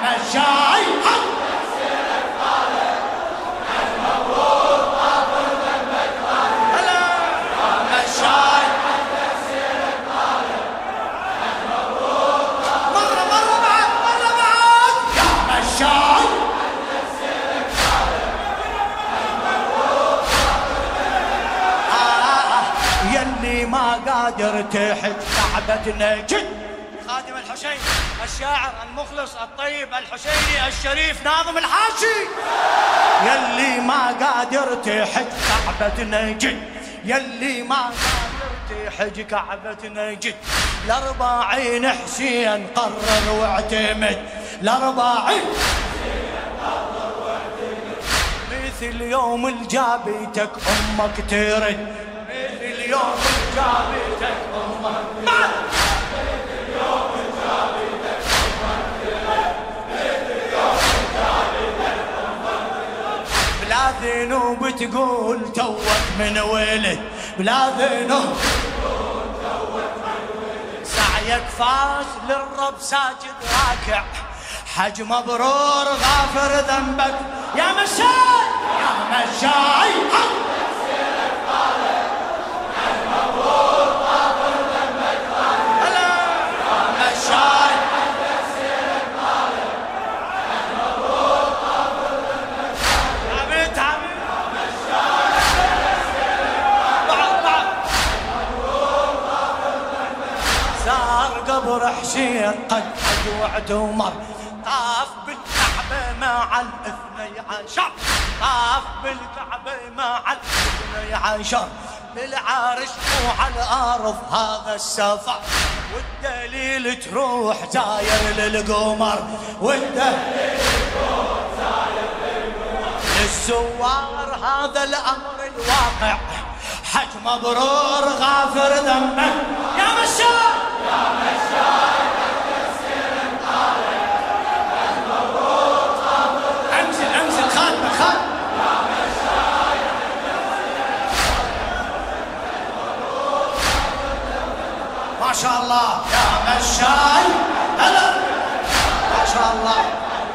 مشاي ما قادر تحج كعبة نجد. خادم الحسين الشاعر المخلص الطيب الحسيني الشريف ناظم الحاشي. يلي ما قادر تحج كعبة نجد، يلي ما قادر تحج كعبة نجد، ل40 حسين قرر واعتمد، ل40 مثل يوم الجابيتك امك ترد، اليوم جابتك أمك اليوم جابتك أمك بلا ذنوب تقول توك من ولد، بلا ذنوب تقول توك من ولد، سعيك فاز للرب ساجد راكع، حج مبرور غافر ذنبك يا مشاي يا مشاي. قبر حسين قد حج واعتمر، طاف بالكعبة مع ال12، طاف بالكعبة مع ال12، للعرش وعلى الأرض هذا السفر، والدليل تروح زاير للقمر، والدليل تروح زاير للقمر، للزوار هذا الأمر الواقع، حج مبرور غافر ذنبك يا مشاي يا مشاي. حج مبرور غافر انزل خادمه خادمه يا مشاي، ما شاء الله يا مشاي، هلا ما شاء الله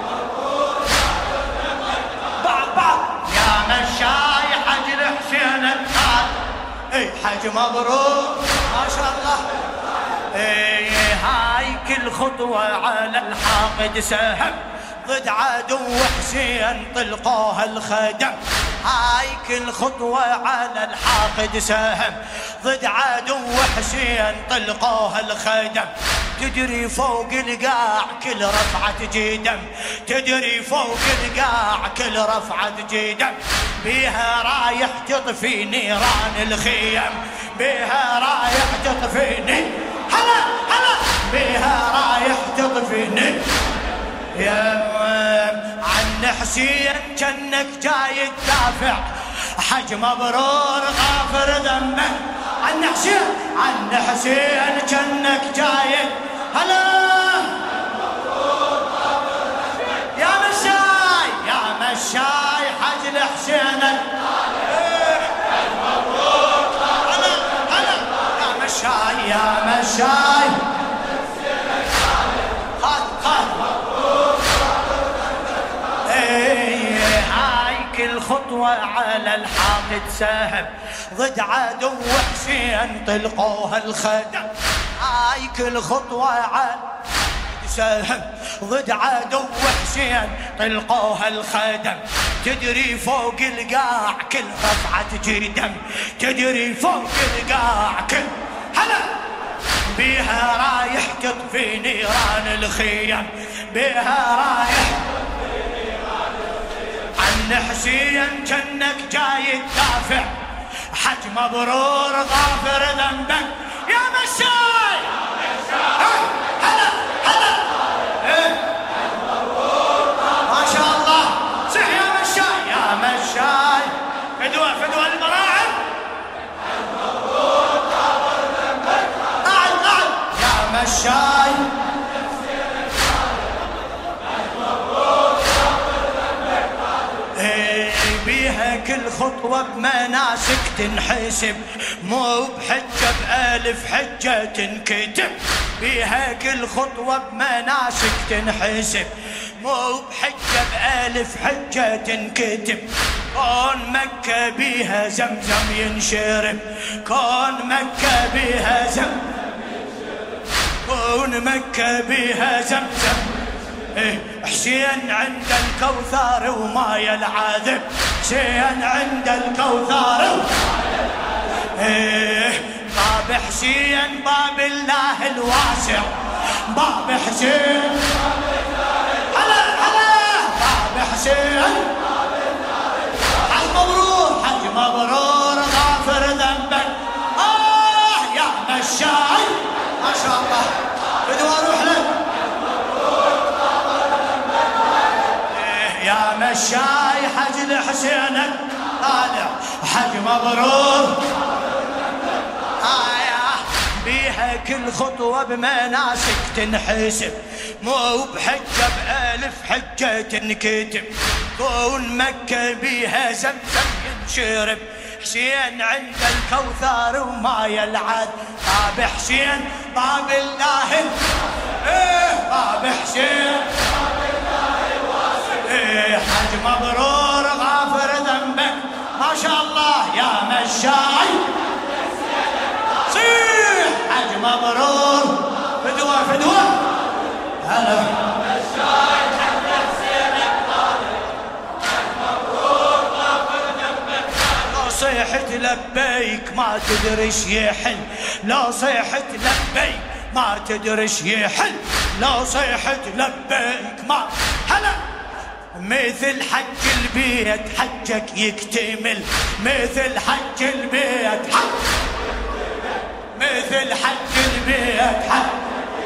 بعض يا مشاي. حج الحسين القادم اي حج مبروك ما شاء الله. اي هاي كل خطوة على الحاقد سهم، ضد عدو حسين طلقوها الخدم، هاي كل خطوة على الحاقد سهم، ضد عدو حسين طلقوها الخدم، تجري فوق القاع كل رفعة جدم، تجري فوق القاع كل رفعة جدم، بيها رايح تطفي نيران الخيم، بيها رايح تطفي هلا هلا، بيها رايح تطفي يا عن حسين جنك جاي تدافع، حج مبرور غافر ذنبك عن حسين جنك جاي هلا يا مشاي يا مشاي. حج الحسين حج مبرور هلا هلا يا مشاي يا مشاي. كل خطوة على الحاقد سهم، ضد عدو حسين طلقوها الخدم، هاي كل خطوة على سهم، ضد عدو حسين طلقوها الخدم، تدري فوق القاع كل رفعة جدم، تدري فوق القاع كل هلا، بيها رايح تطفي نيران الخيم، بيها رايح عن حسين جنك جاي تدافع، حج مبرور غافر ذنبك يا مشاي هلا هلا. حج مبرور ما شاء الله، صح يا مشاي يا مشاي. فدوى المراعي، حج مبرور غافر ذنبك قاعد يا مشاي. كل خطوة بمناسك تنحسب، مو بحجة بألف حجة تنكتب، بيها كل خطوة بمناسك تنحسب، مو بحجة بألف حجة تنكتب. كون مكة بيها زمزم ينشرب، كون مكة بيها زمزم، كون مكة بيها زمزم. حسين عند الكوثر وماي العذب، حسين عند الكوثر وماي العذب. باب حسين باب الله الواسع، باب حسين هلا هلا، باب حسين حج مبرور، حج مبرور غافر ذنبك. يا مشاي ما شاء الله، بدو اروح لك يا مشاي حج لحسينك طالع، حج مبرور. بيها كل خطوة بمناسك تنحسب، مو بحجة بألف حجة تنكتب. كون مكة بيها زمزم ينشرب، حسين عند الكوثر وماي العذب. باب حسين باب الله، باب حسين باب الله الواسع. حج مبرور غافر ذنبك ما شاء الله يا مشاي، صيح حج مبرور. فدوة فدوة هلا يا مشاي حج حسينك طالع، حج مبرور غافر ذنبك. لو صيحت لبيك ما تدري ايش يحل، لو صيحت لبيك ما تدري ايش يحل، لو صيحت لبيك ما هلا. مثل حج البيت حجك يكتمل، مثل حج البيت حج، مثل حج البيت حج.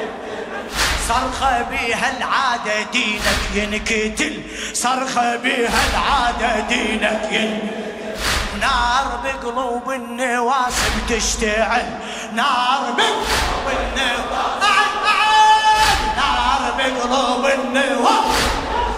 صرخة بيها العادة دينك ينكتل، صرخة بيها العادة دينك ينكتل. نار بقلوب النواسب تشتعل، نار بقلوب النواسب، نار بقلوب النواسب.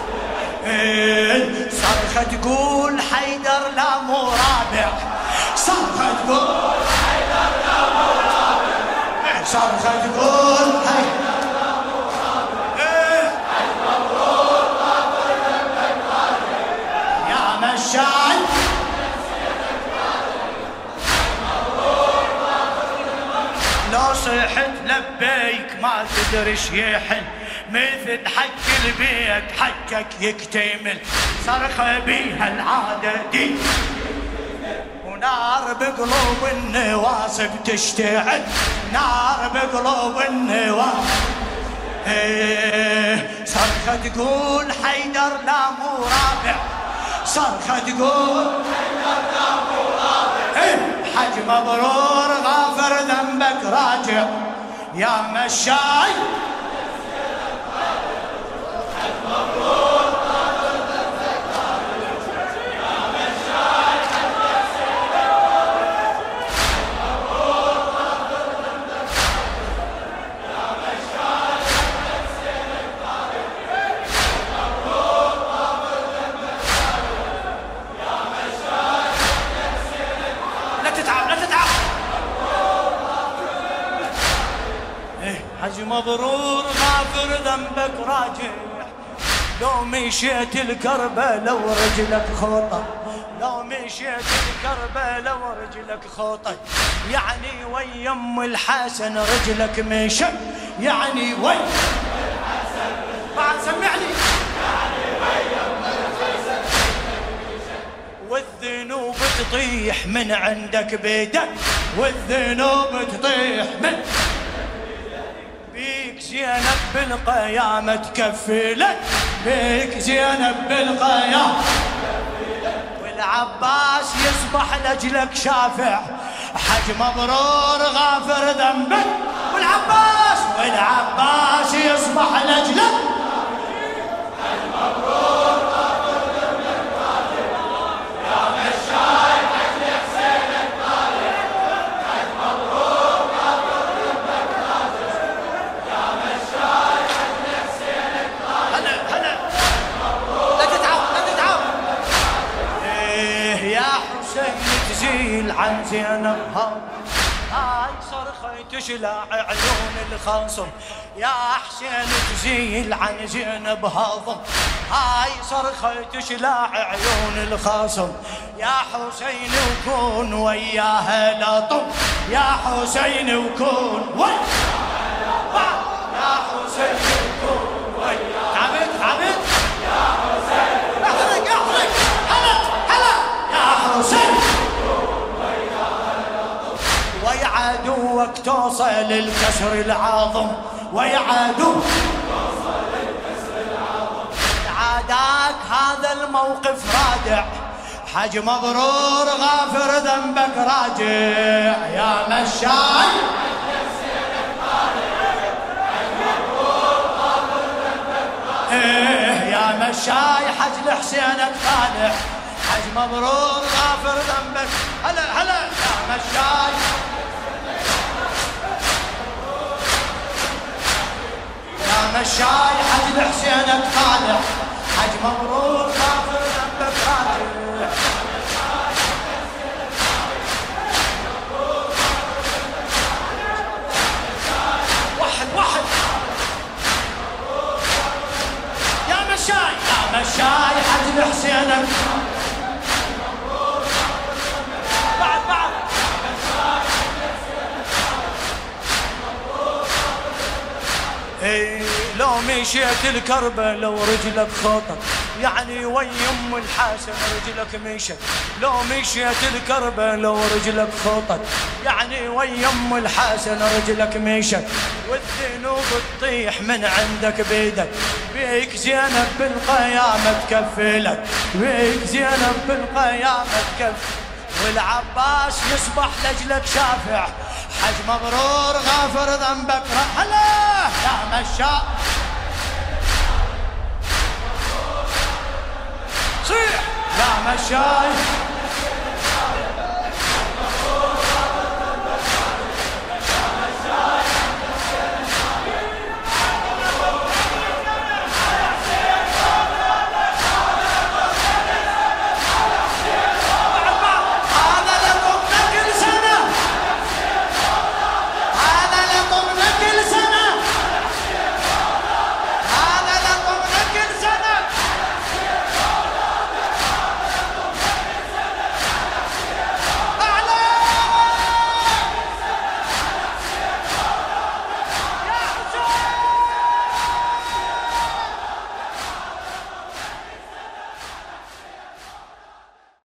صرخة تقول حيدر لا مو رابع، صرخة تقول حيدر لا مو رابع، صرخة تقول حيدر لا مو رابع. حج مبرور غافر ذنبك طالع يا مشاي، لو صحت لبيك ما تدري ايش يحل، مثل حج البيت حجك يكتمل. صرخة بيها العادة دي، ونار بقلوب النواسب تشتعل، نار بقلوب النواسب. صرخة تقول حيدر لا مو رابع، صرخة تقول حيدر لا مو رابع. حج مبرور غافر ذنبك راجع يا مشاي، حج مبرور غافر ذنبك راجع يا مشاي. حج مبرور غافر ذنبك راجع يا مشاي. حج مبرور غافر ذنبك راجع يا مشاي. لا تتعب لا تتعب. حج مبرور غافر ذنبك راجع، لو مشيت الكربة ورجلك خطى، لو مشيت الكربة ورجلك خطى. يعني ويا ام الحسن رجلك مشى، يعني ويا ام الحسن بعد سمعني، يعني ويا ام الحسن رجلك مشى. والذنوب تطيح من عندك بيدك، والذنوب تطيح من بيك زينب بالقيامة تكفلك، بيك زينب بالقيامة تكفلك. والعباس يصبح لأجلك شافع، حج مبرور غافر ذنبك. والعباس يصبح لأجلك، حج مبرور غافر ذنبك راجع يا مشاي. حج لحسينك طالع، حج مبرور غافر ذنبك راجع يا مشاي. حج لحسينك طالع. هلا هلا لا تتعب لا تتعب. يا حسين تزيل عن زينب هاي صرخة تشلع عيون الخصم، يا حسين تزيل عن زينب هضم، هاي صرخة تشلع عيون الخصم. يا حسين وكون وياها لطم، يا حسين وكون وياها، يا حسين وكون وياها. تعبت يا حسين، احرق هلا يا حسين ويا عدوك توصل الكسر العظم، ويا عدوك توصل الكسر العظم. عاداك هذا الموقف رادع، حج مبرور غافر ذنبك راجع. يا مشاي يا مشاي حج لحسينك طالع، حج مبرور غافر ذنبك. هلا يا مشاي، يا مشاي حج لحسينك طالع، حج مبرور غافر ذنبك راجع. واحد يا مشاي حج لحسينك. بعد لو مشيت الكربة ورجلك خطط، يعني ويا ام الحسن رجلك مشت. لو مشيت الكربة ورجلك خطط، يعني ويا ام الحسن رجلك مشت. والذنوب تطيح من عندك بيدك، بيك زينب بالقيامة تكفلك، بيك زينب بالقيامة تكفلك. والعباس يصبح لجلك شافع، حج مبرور غافر ذنبك. هلا يا مشاء صيح يا مشاي.